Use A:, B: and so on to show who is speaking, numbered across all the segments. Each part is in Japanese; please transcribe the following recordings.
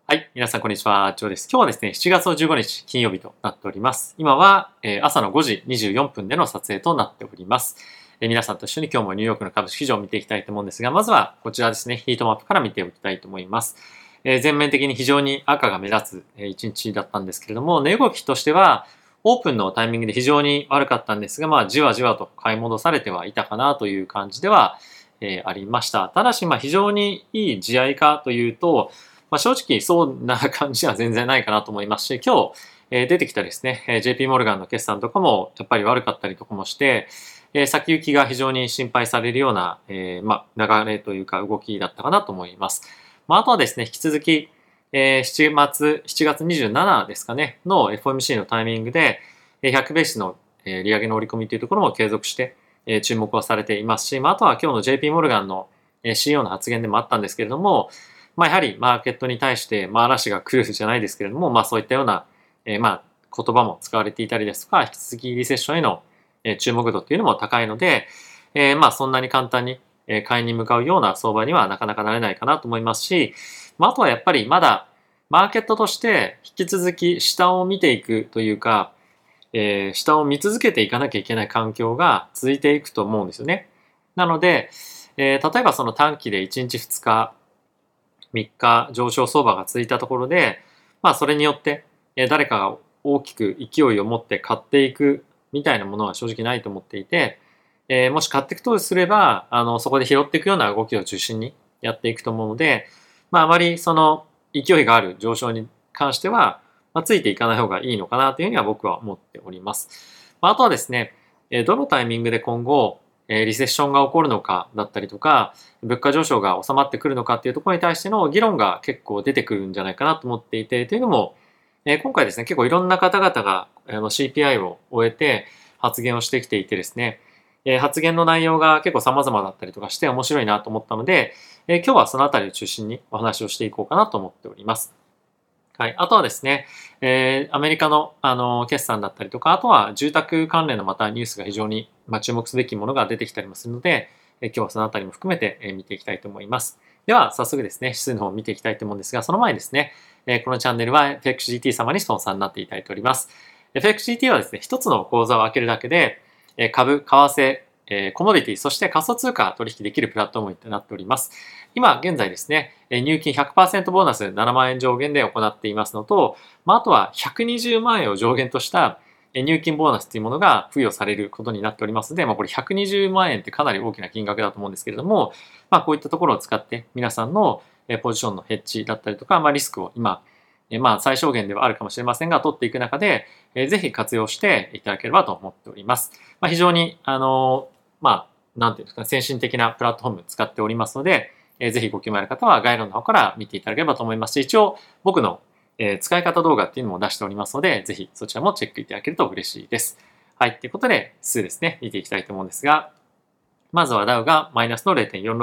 A: はい。皆さん、こんにちは。ジョーです。今日はですね、7月の15日金曜日となっております。今は、朝の5時24分での撮影となっております。皆さんと一緒に今日もニューヨークの株式市場を見ていきたいと思うんですが、まずはこちらですね、ヒートマップから見ておきたいと思います。全面的に非常に赤が目立つ一日だったんですけれども、値動きとしては、オープンのタイミングで非常に悪かったんですが、じわじわと買い戻されてはいたかなという感じでは、ありました。ただし、非常にいい地合いかというと、正直そんな感じは全然ないかなと思いますし、今日、出てきたですね、JP モルガンの決算とかもやっぱり悪かったりとかもして、先行きが非常に心配されるような、流れというか動きだったかなと思います。あとはですね、引き続き、7月27ですかね、の FOMC のタイミングで、100ベースの利上げの織り込みというところも継続して、注目はされていますし、あとは今日の JP モルガンの CEO の発言でもあったんですけれども、やはりマーケットに対して嵐が来るじゃないですけれども、そういったような、言葉も使われていたりですとか、引き続きリセッションへの注目度っていうのも高いので、そんなに簡単に買いに向かうような相場にはなかなかなれないかなと思いますし、あとはやっぱりまだマーケットとして引き続き下を見ていくというか、下を見続けていかなきゃいけない環境が続いていくと思うんですよね。なので、例えばその短期で1日2日、3日上昇相場が続いたところで、それによって誰かが大きく勢いを持って買っていくみたいなものは正直ないと思っていて、もし買っていくとすれば、そこで拾っていくような動きを中心にやっていくと思うので、あまりその勢いがある上昇に関しては、ついていかない方がいいのかなというふうには僕は思っております。あとはですね、どのタイミングで今後、リセッションが起こるのかだったりとか、物価上昇が収まってくるのかっていうところに対しての議論が結構出てくるんじゃないかなと思っていて、というのも、今回ですね、結構いろんな方々がCPI を終えて発言をしてきていてですね、発言の内容が結構様々だったりとかして面白いなと思ったので、今日はそのあたりを中心にお話をしていこうかなと思っております。はい。あとはですね、アメリカの、決算だったりとか、あとは住宅関連のまたニュースが非常に、注目すべきものが出てきたりもするので、今日はそのあたりも含めて、見ていきたいと思います。では、早速ですね、指数の方を見ていきたいと思うんですが、その前にですね、このチャンネルは FXGT 様にスポンサーになっていただいております。FXGT はですね、一つの口座を開けるだけで、株、為替、コモディティ、そして仮想通貨取引できるプラットフォームになっております。今現在ですね、入金 100% ボーナス7万円上限で行っていますのと、あとは120万円を上限とした入金ボーナスというものが付与されることになっておりますので、これ120万円ってかなり大きな金額だと思うんですけれども、こういったところを使って皆さんのポジションのヘッジだったりとか、リスクを今、最小限ではあるかもしれませんが、取っていく中で、ぜひ活用していただければと思っております。非常に、なんていうんですかね、先進的なプラットフォーム使っておりますので、ぜひご興味ある方は概要欄の方から見ていただければと思いますし、一応僕の使い方動画っていうのも出しておりますので、ぜひそちらもチェックいただけると嬉しいです。はい。ということで、指数ですね、見ていきたいと思うんですが、まずはダウがマイナスの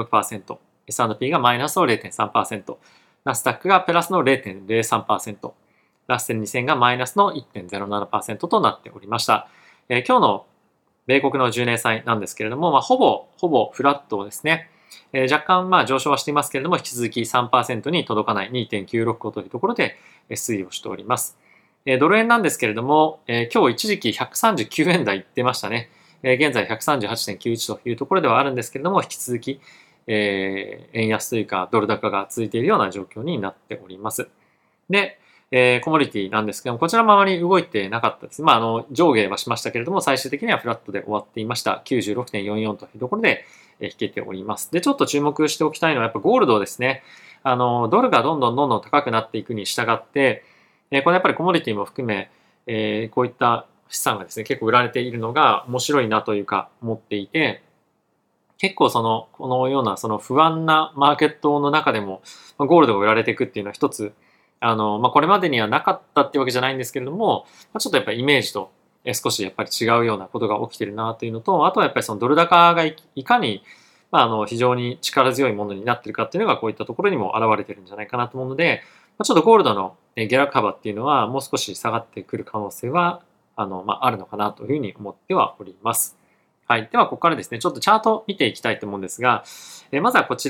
A: 0.46%、S&P がマイナスの 0.3%、ナスダックがプラスの 0.03%、ラッセル2000がマイナスの 1.07% となっておりました。今日の米国の10年債なんですけれども、ほぼフラットですね。若干上昇はしていますけれども、引き続き 3% に届かない 2.96 というところで推移をしております。ドル円なんですけれども、今日一時期139円台いってましたね。現在 138.91 というところではあるんですけれども、引き続き、円安というかドル高が続いているような状況になっております。で、コモディティなんですけども、こちらもあまり動いてなかったです。上下はしましたけれども、最終的にはフラットで終わっていました。96.44 というところで引けております。で、ちょっと注目しておきたいのはやっぱゴールドですね。ドルがどんどん高くなっていくに従って、これやっぱりコモディティも含め、こういった資産がですね、結構売られているのが面白いなというか思っていて、結構このような不安なマーケットの中でも、ゴールドが売られていくっていうのは一つ、これまでにはなかったっていうわけじゃないんですけれども、ちょっとやっぱりイメージと少しやっぱり違うようなことが起きてるなというのと、あとはやっぱりそのドル高がいかに、非常に力強いものになってるかっていうのがこういったところにも現れてるんじゃないかなと思うので、ちょっとゴールドの下落幅っていうのはもう少し下がってくる可能性は、あるのかなというふうに思ってはおります。はい。では、ここからですね、ちょっとチャート見ていきたいと思うんですが、まずはこちら、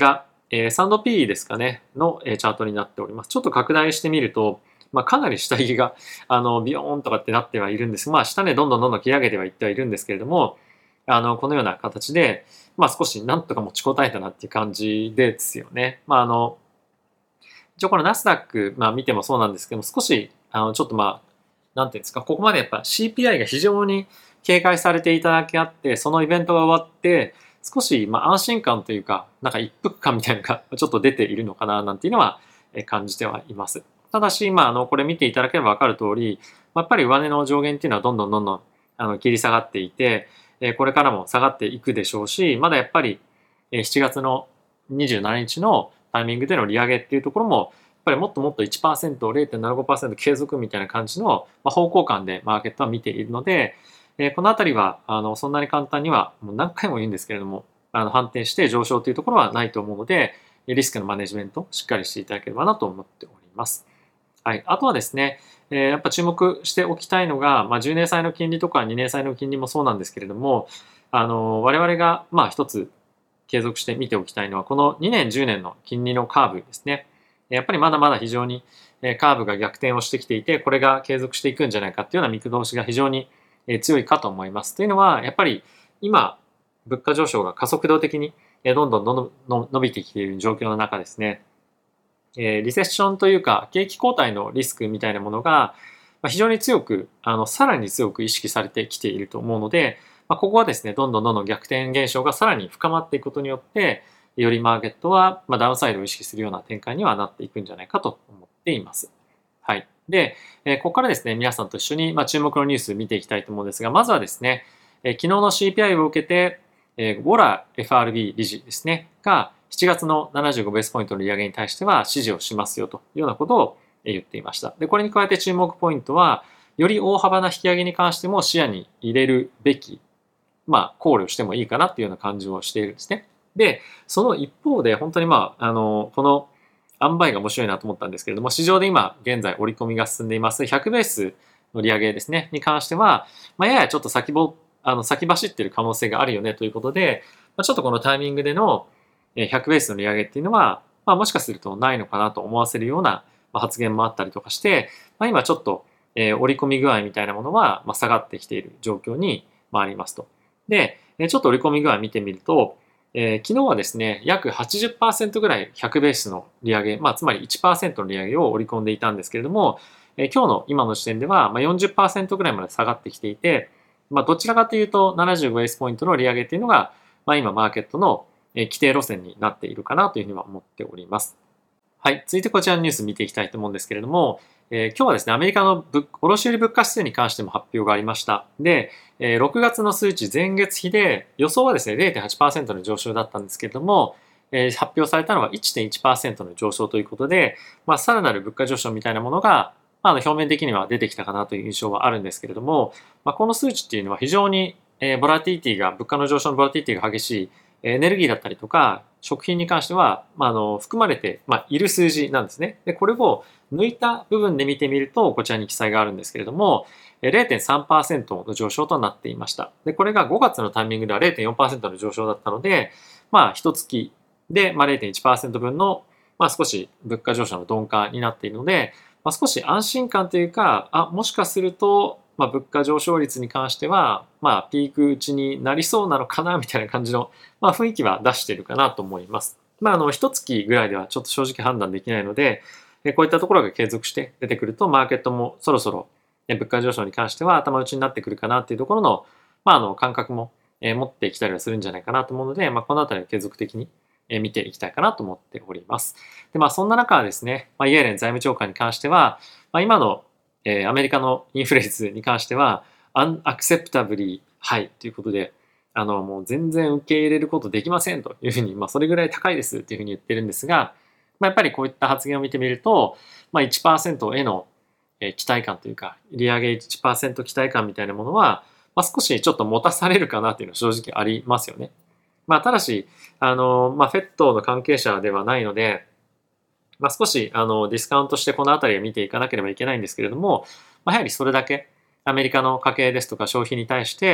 A: S&P ですかね、のチャートになっております。ちょっと拡大してみると、かなり下着が、ビヨーンとかってなってはいるんです。下値どんどんどんどん切り上げてはいってはいるんですけれども、このような形で、少しなんとか持ちこたえたなっていう感じですよね。一応このナスダック、見てもそうなんですけども、少し、ちょっとなんていうんですか、ここまでやっぱ CPI が非常に警戒されていただけあって、そのイベントが終わって、少し安心感というか、なんか一服感みたいなのがちょっと出ているのかななんていうのは感じてはいます。ただし、これ見ていただければ分かる通り、やっぱり上値の上限っていうのはどんどんどんどん切り下がっていて、これからも下がっていくでしょうし、まだやっぱり7月の27日のタイミングでの利上げっていうところも、やっぱりもっともっと 1%、0.75% 継続みたいな感じの方向感でマーケットは見ているので、このあたりはそんなに簡単にはもう何回も言うんですけれども、反転して上昇というところはないと思うので、リスクのマネジメントしっかりしていただければなと思っております。はい、あとはですね、やっぱ注目しておきたいのが、10年債の金利とか2年債の金利もそうなんですけれども、我々が一つ継続して見ておきたいのは、この2年、10年の金利のカーブですね。やっぱりまだまだ非常にカーブが逆転をしてきていて、これが継続していくんじゃないかっていうような見通しが非常に強いかと思います。というのは、やっぱり今、物価上昇が加速度的にどんどんどんどん伸びてきている状況の中ですね、リセッションというか景気後退のリスクみたいなものが非常に強くさらに強く意識されてきていると思うので、ここはですねどんどんどんどん逆転現象がさらに深まっていくことによってよりマーケットはダウンサイドを意識するような展開にはなっていくんじゃないかと思っています。はい。で、ここからですね皆さんと一緒に注目のニュース見ていきたいと思うんですが、まずはですね昨日の CPI を受けてウォラ FRB 理事ですねが7月の75ベースポイントの利上げに対しては支持をしますよというようなことを言っていました。で、これに加えて注目ポイントは、より大幅な引き上げに関しても視野に入れるべき、考慮してもいいかなというような感じをしているんですね。で、その一方で、本当にこの塩梅が面白いなと思ったんですけれども、市場で今現在織り込みが進んでいます100ベースの利上げですね、に関しては、ややちょっと先走っている可能性があるよねということで、ちょっとこのタイミングでの100ベースの利上げっていうのは、もしかするとないのかなと思わせるような発言もあったりとかして、今ちょっと織り込み具合みたいなものは下がってきている状況にありますと。で、ちょっと織り込み具合見てみると、昨日はですね、約80%ぐらい100ベースの利上げ、つまり 1% の利上げを織り込んでいたんですけれども、今日の今の時点では40%ぐらいまで下がってきていて、どちらかというと75ベースポイントの利上げっていうのが、今マーケットの規定路線になっているかなというふうには思っております。はい。続いてこちらのニュース見ていきたいと思うんですけれども、今日はですね、アメリカの卸売物価指数に関しても発表がありました。で、6月の数値前月比で予想はですね、0.8% の上昇だったんですけれども、発表されたのは 1.1% の上昇ということで、さらなる物価上昇みたいなものが、表面的には出てきたかなという印象はあるんですけれども、この数値っていうのは非常に、物価の上昇のボラティティが激しいエネルギーだったりとか食品に関しては、含まれて、いる数字なんですね。で、これを抜いた部分で見てみると、こちらに記載があるんですけれども、0.3% の上昇となっていました。で、これが5月のタイミングでは 0.4% の上昇だったので、一月で、0.1% 分の、少し物価上昇の鈍化になっているので、少し安心感というか、もしかすると、物価上昇率に関しては、ピーク打ちになりそうなのかな、みたいな感じの、雰囲気は出しているかなと思います。一月ぐらいではちょっと正直判断できないので、こういったところが継続して出てくると、マーケットもそろそろ物価上昇に関しては頭打ちになってくるかなっていうところの、感覚も持ってきたりはするんじゃないかなと思うので、このあたりは継続的に見ていきたいかなと思っております。で、そんな中はですね、イエレン財務長官に関しては、今のアメリカのインフレ率に関しては、unacceptably high ということで、もう全然受け入れることできませんというふうに、それぐらい高いですというふうに言ってるんですが、やっぱりこういった発言を見てみると、1% への期待感というか、利上げ 1% 期待感みたいなものは、少しちょっと持たされるかなというのは正直ありますよね。ただし、フェットの関係者ではないので、少しディスカウントしてこのあたりを見ていかなければいけないんですけれども、やはりそれだけアメリカの家計ですとか消費に対して、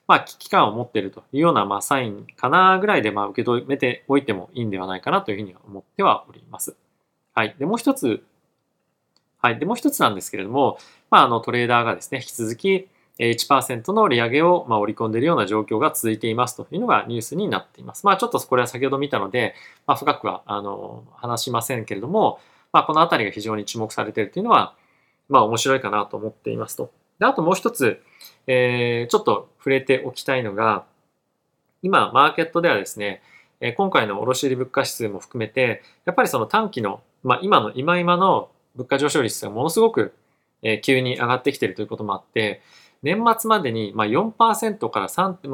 A: 危機感を持っているというような、サインかなぐらいで、受け止めておいてもいいんではないかなというふうには思ってはおります。はい。で、もう一つ、はい。で、もう一つなんですけれども、トレーダーがですね、引き続き1%の利上げを織り込んでいるような状況が続いていますというのがニュースになっています。ちょっとこれは先ほど見たので、深くは話しませんけれども、このあたりが非常に注目されているというのは、面白いかなと思っていますと。で、あともう一つ、ちょっと触れておきたいのが、今、マーケットではですね、今回の卸売物価指数も含めて、やっぱりその短期の、今の物価上昇率がものすごく急に上がってきているということもあって、年末までに4%から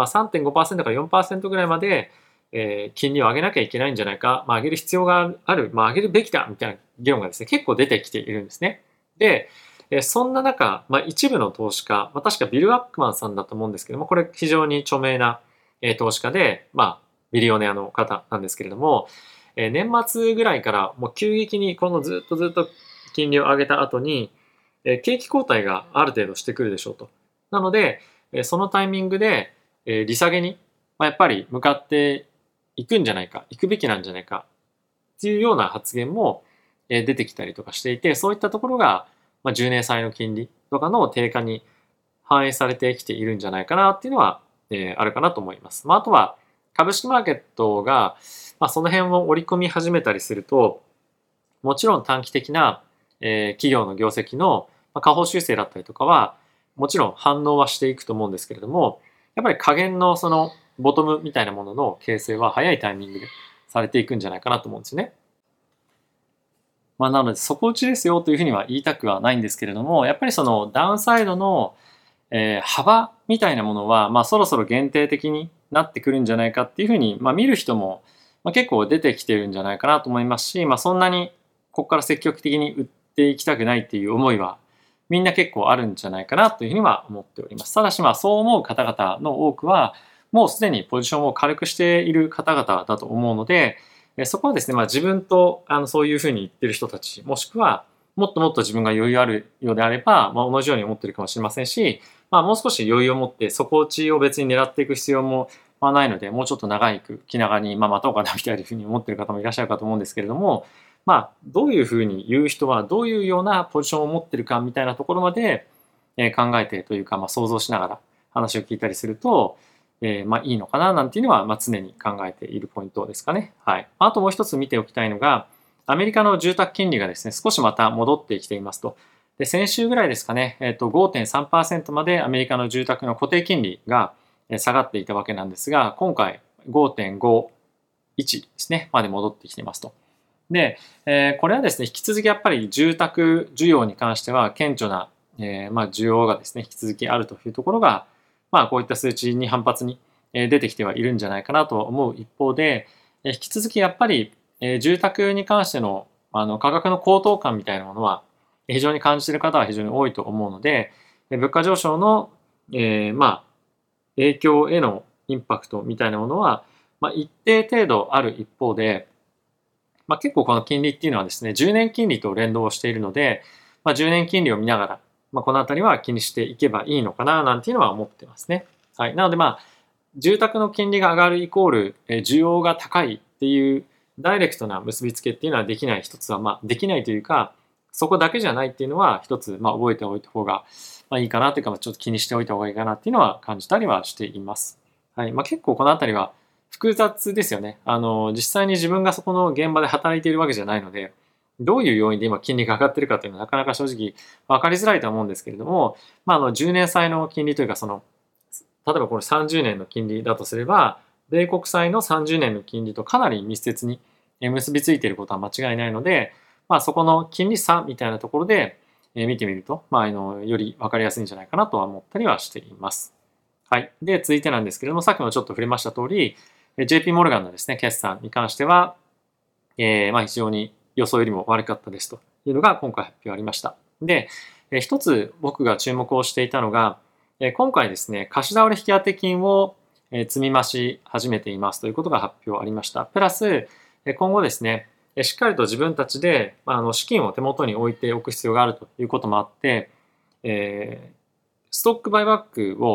A: 3.5% から4%ぐらいまで金利を上げなきゃいけないんじゃないか、上げる必要がある、上げるべきだみたいな議論がですね、結構出てきているんですね。で、そんな中、一部の投資家、確かビル・アックマンさんだと思うんですけども、これ非常に著名な投資家で、ビリオネアの方なんですけれども、年末ぐらいからもう急激にこのずっと金利を上げた後に、景気後退がある程度してくるでしょうと。なので、そのタイミングで利下げに、やっぱり向かっていくんじゃないか、行くべきなんじゃないかっていうような発言も出てきたりとかしていて、そういったところが10年債の金利とかの低下に反映されてきているんじゃないかなっていうのはあるかなと思います。あとは株式マーケットがその辺を織り込み始めたりすると、もちろん短期的な企業の業績の下方修正だったりとかはもちろん反応はしていくと思うんですけれども、やっぱり下限のそのボトムみたいなものの形成は早いタイミングでされていくんじゃないかなと思うんですよね。なので底打ちですよというふうには言いたくはないんですけれども、やっぱりそのダウンサイドの幅みたいなものは、そろそろ限定的になってくるんじゃないかっていうふうに、見る人も、結構出てきてるんじゃないかなと思いますし、そんなにここから積極的に売っていきたくないっていう思いはみんな結構あるんじゃないかなというふうには思っております。ただしそう思う方々の多くはもうすでにポジションを軽くしている方々だと思うので、そこはですね、自分とそういうふうに言ってる人たち、もしくはもっともっと自分が余裕あるようであれば、同じように思ってるかもしれませんし、もう少し余裕を持って底打ちを別に狙っていく必要もないので、もうちょっと長い気長に待とうかなみたいなふうに思ってる方もいらっしゃるかと思うんですけれども、どういうふうに言う人はどういうようなポジションを持ってるかみたいなところまで考えてというか、想像しながら話を聞いたりすると、いいのかななんていうのは、常に考えているポイントですかね。はい。あともう一つ見ておきたいのが、アメリカの住宅金利がですね、少しまた戻ってきていますと。で、先週ぐらいですかね、5.3% までアメリカの住宅の固定金利が下がっていたわけなんですが、今回5.51ですね、まで戻ってきていますと。で、これはですね、引き続きやっぱり住宅需要に関しては顕著な、需要がですね、引き続きあるというところが、こういった数値に反発に出てきてはいるんじゃないかなと思う一方で、引き続きやっぱり住宅に関しての価格の高騰感みたいなものは非常に感じている方は非常に多いと思うので、物価上昇の、影響へのインパクトみたいなものは、一定程度ある一方で、結構この金利っていうのはですね、10年金利と連動しているので、10年金利を見ながら、このあたりは気にしていけばいいのかななんていうのは思ってますね。はい。なので住宅の金利が上がるイコール、需要が高いっていうダイレクトな結びつけっていうのはできない一つは、できないというか、そこだけじゃないっていうのは一つ、覚えておいた方がいいかなというか、ちょっと気にしておいた方がいいかなっていうのは感じたりはしています。はい。結構このあたりは複雑ですよね。実際に自分がそこの現場で働いているわけじゃないので、どういう要因で今金利が上がってるかっていうのはなかなか正直分かりづらいと思うんですけれども、10年債の金利というか例えばこれ30年の金利だとすれば、米国債の30年の金利とかなり密接に結びついていることは間違いないので、そこの金利差みたいなところで見てみると、より分かりやすいんじゃないかなとは思ったりはしています。はい。で、続いてなんですけれども、さっきもちょっと触れました通り、JP モルガンのですね、決算に関しては、非常に予想よりも悪かったですというのが今回発表ありました。で、一つ僕が注目をしていたのが、今回ですね、貸し倒れ引当金を積み増し始めていますということが発表ありました。プラス、今後ですね、しっかりと自分たちで資金を手元に置いておく必要があるということもあって、ストックバイバックを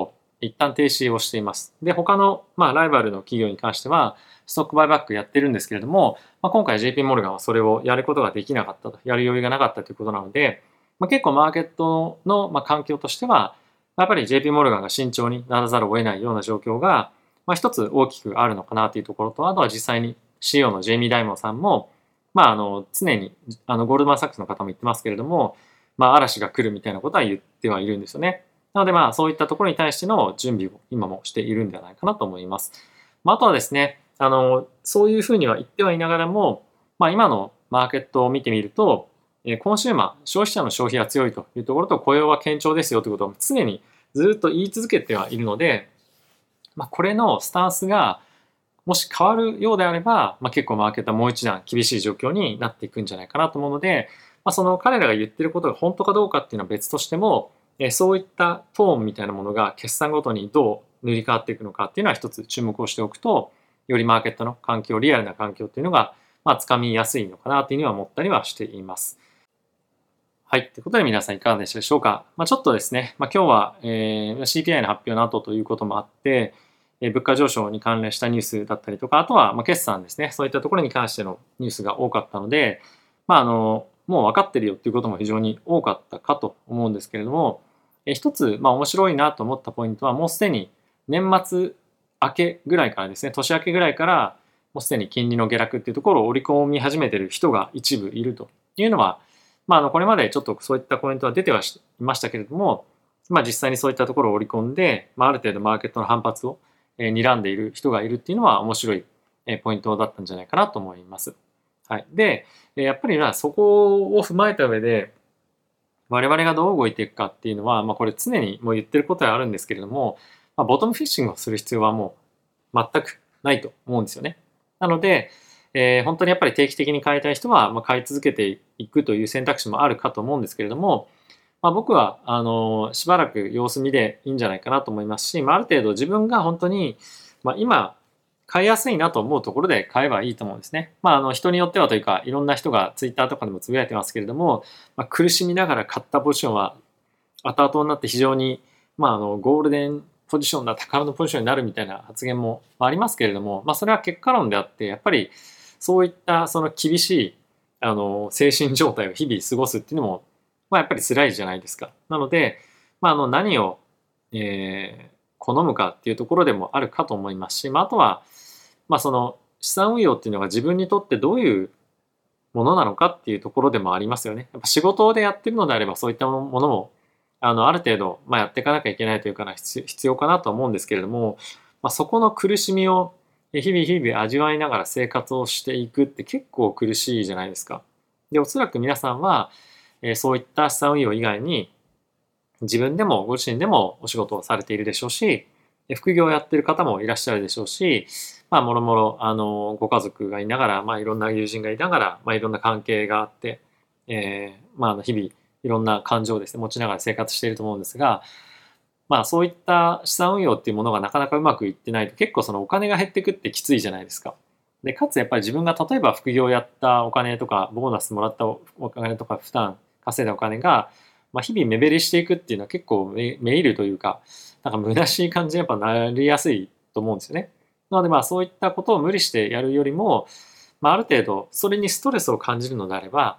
A: 一旦停止をしています。で、他の、ライバルの企業に関しては、ストックバイバックやってるんですけれども、今回 JP モルガンはそれをやることができなかったと、やる余裕がなかったということなので、結構マーケットの、環境としては、やっぱり JP モルガンが慎重にならざるを得ないような状況が、一つ大きくあるのかなというところと、あとは実際に CEO のジェイミー・ダイモンさんも、常に、ゴールドマン・サックスの方も言ってますけれども、嵐が来るみたいなことは言ってはいるんですよね。なのでそういったところに対しての準備を今もしているんではないかなと思います。あとはですね、そういうふうには言ってはいながらも、今のマーケットを見てみると、コンシューマー、消費者の消費が強いというところと雇用は堅調ですよということを常にずっと言い続けてはいるので、これのスタンスがもし変わるようであれば、結構マーケットはもう一段厳しい状況になっていくんじゃないかなと思うので、その彼らが言ってることが本当かどうかっていうのは別としても、そういったトーンみたいなものが決算ごとにどう塗り替わっていくのかっていうのは一つ注目をしておくと、よりマーケットの環境、リアルな環境っていうのが、つかみやすいのかなというふうには思ったりはしています。はい。ということで皆さんいかがでしたでしょうか。ちょっとですね、今日は、CPI の発表の後ということもあって、物価上昇に関連したニュースだったりとか、あとは決算ですね、そういったところに関してのニュースが多かったので、もう分かってるよっていうことも非常に多かったかと思うんですけれども、一つ、面白いなと思ったポイントは、もうすでに年末明けぐらいからですね、年明けぐらいから、もうすでに金利の下落っていうところを織り込み始めている人が一部いるというのは、これまでちょっとそういったコメントは出てはいましたけれども、実際にそういったところを織り込んで、ある程度マーケットの反発を睨んでいる人がいるっていうのは面白いポイントだったんじゃないかなと思います。はい。で、やっぱりそこを踏まえた上で、我々がどう動いていくかっていうのは、これ常にもう言ってることはあるんですけれども、ボトムフィッシングをする必要はもう全くないと思うんですよね。なので、本当にやっぱり定期的に買いたい人は、買い続けていくという選択肢もあるかと思うんですけれども、僕はしばらく様子見でいいんじゃないかなと思いますし、ある程度自分が本当に、今買いやすいなと思うところで買えばいいと思うんですね。人によってはというか、いろんな人がツイッターとかでもつぶやいてますけれども、苦しみながら買ったポジションは後々になって非常に、ゴールデンポジションだ、宝のポジションになるみたいな発言もありますけれども、それは結果論であって、やっぱりそういったその厳しい精神状態を日々過ごすっていうのも、やっぱり辛いじゃないですか。なので、何を、好むかっていうところでもあるかと思いますし、あとは、その資産運用っていうのが自分にとってどういうものなのかっていうところでもありますよね。やっぱ仕事でやってるのであればそういったものもある程度、やっていかなきゃいけないというか必要かなと思うんですけれども、そこの苦しみを日々味わいながら生活をしていくって結構苦しいじゃないですか。で、おそらく皆さんは、そういった資産運用以外に自分でもご自身でもお仕事をされているでしょうし、副業をやっている方もいらっしゃるでしょうし、もろもろ、ご家族がいながら、いろんな友人がいながら、いろんな関係があって、日々、いろんな感情をですね、持ちながら生活していると思うんですが、そういった資産運用っていうものがなかなかうまくいってないと、結構そのお金が減っていくってきついじゃないですか。で、かつやっぱり自分が例えば副業をやったお金とか、ボーナスもらったお金とか、負担、稼いだお金が、日々目減りしていくっていうのは結構めいるというか、虚しい感じにやっぱなりやすいと思うんですよね。なのでそういったことを無理してやるよりも、ある程度それにストレスを感じるのであれば、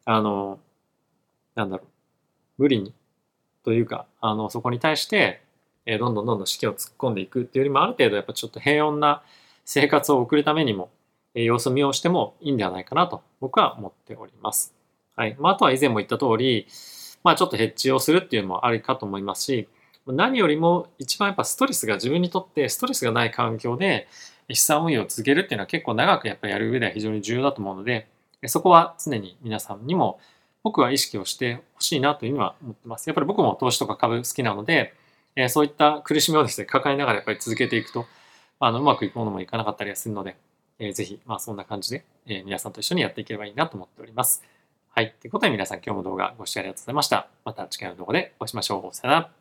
A: 無理にというか、そこに対して、どんどん資金を突っ込んでいくっていうよりも、ある程度やっぱちょっと平穏な生活を送るためにも、様子見をしてもいいんではないかなと僕は思っております。はい。あとは以前も言った通り、ちょっとヘッジをするっていうのもありかと思いますし、何よりも一番やっぱストレスが自分にとってストレスがない環境で資産運用を続けるっていうのは結構長くやっぱりやる上では非常に重要だと思うので、そこは常に皆さんにも僕は意識をしてほしいなというのは思ってます。やっぱり僕も投資とか株好きなので、そういった苦しみをですね、抱えながらやっぱり続けていくと、うまくいくものもいかなかったりはするので、ぜひ、そんな感じで、皆さんと一緒にやっていければいいなと思っております。はい。ということで皆さん今日も動画ご視聴ありがとうございました。また次回の動画でお会いしましょう。さよなら。